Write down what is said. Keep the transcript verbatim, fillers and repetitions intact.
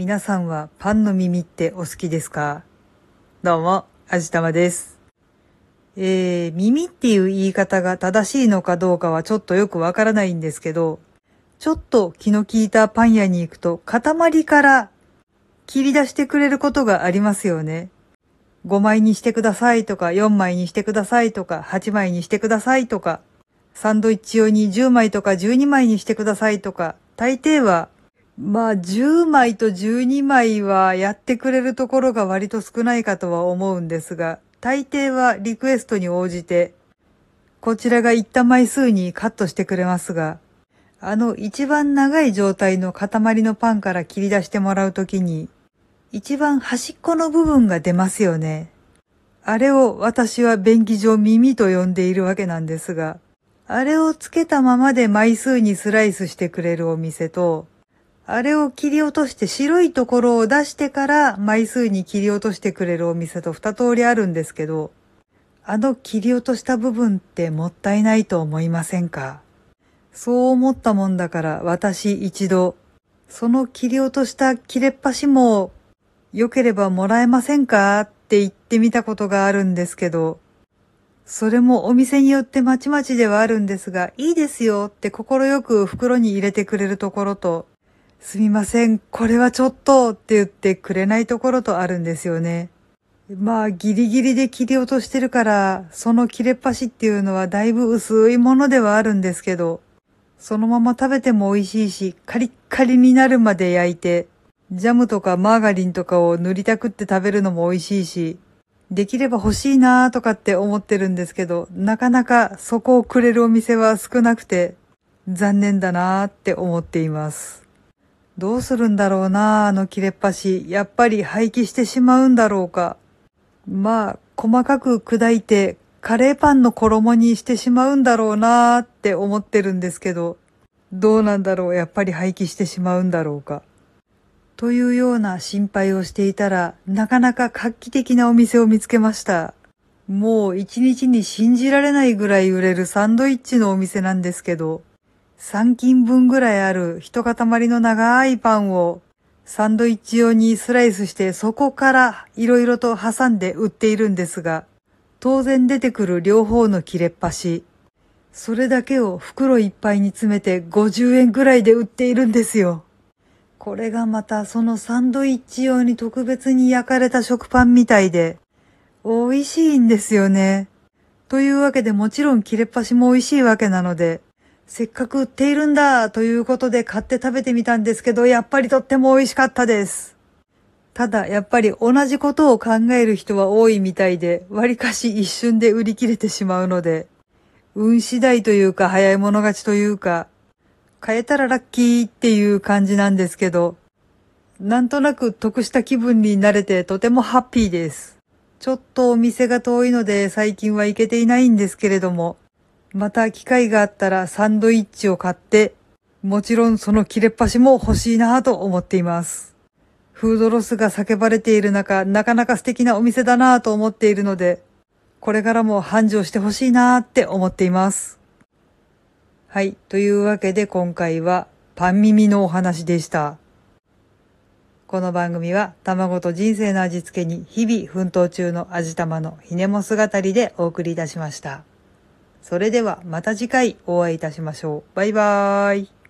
皆さんはパンの耳ってお好きですか？どうも、あじたまです。えー、耳っていう言い方が正しいのかどうかはちょっとよくわからないんですけど、ちょっと気の利いたパン屋に行くと塊から切り出してくれることがありますよね。ごまいにしてくださいとか、よんまいにしてくださいとか、はちまいにしてくださいとか、サンドイッチ用にじゅうまいとかじゅうにまいにしてくださいとか、大抵は、まあじゅうまいとじゅうにまいはやってくれるところが割と少ないかとは思うんですが、大抵はリクエストに応じて、こちらが言った枚数にカットしてくれますが、あの一番長い状態の塊のパンから切り出してもらうときに、一番端っこの部分が出ますよね。あれを私は便宜上耳と呼んでいるわけなんですが、あれをつけたままで枚数にスライスしてくれるお店と、あれを切り落として白いところを出してから枚数に切り落としてくれるお店と二通りあるんですけど、あの切り落とした部分ってもったいないと思いませんか？そう思ったもんだから私一度、その切り落とした切れっ端も良ければもらえませんかって言ってみたことがあるんですけど、それもお店によってまちまちではあるんですが、いいですよって心よく袋に入れてくれるところと、すみません、これはちょっとって言ってくれないところとあるんですよね。まあギリギリで切り落としてるから、その切れっ端っていうのはだいぶ薄いものではあるんですけど、そのまま食べても美味しいし、カリッカリになるまで焼いて、ジャムとかマーガリンとかを塗りたくって食べるのも美味しいし、できれば欲しいなーとかって思ってるんですけど、なかなかそこをくれるお店は少なくて、残念だなーって思っています。どうするんだろうなー、あの切れっ端。やっぱり廃棄してしまうんだろうか。まあ、細かく砕いて、カレーパンの衣にしてしまうんだろうなーって思ってるんですけど、どうなんだろう、やっぱり廃棄してしまうんだろうか。というような心配をしていたら、なかなか画期的なお店を見つけました。もう一日に信じられないぐらい売れるサンドイッチのお店なんですけど、さんきんぶんぐらいある一塊の長いパンをサンドイッチ用にスライスしてそこからいろいろと挟んで売っているんですが、当然出てくる両方の切れっ端、それだけを袋いっぱいに詰めてごじゅうえんぐらいで売っているんですよ。これがまたそのサンドイッチ用に特別に焼かれた食パンみたいで、美味しいんですよね。というわけでもちろん切れっ端も美味しいわけなので、せっかく売っているんだということで買って食べてみたんですけど、やっぱりとっても美味しかったです。ただやっぱり同じことを考える人は多いみたいで、割かし一瞬で売り切れてしまうので、運次第というか早い者勝ちというか、買えたらラッキーっていう感じなんですけど、なんとなく得した気分になれてとてもハッピーです。ちょっとお店が遠いので最近は行けていないんですけれども、また機会があったらサンドイッチを買って、もちろんその切れっ端も欲しいなぁと思っています。フードロスが叫ばれている中、なかなか素敵なお店だなぁと思っているので、これからも繁盛してほしいなぁって思っています。はい。というわけで今回はパン耳のお話でした。この番組は卵と人生の味付けに日々奮闘中の味玉のひねも姿りでお送りいたしました。それではまた次回お会いいたしましょう。バイバーイ。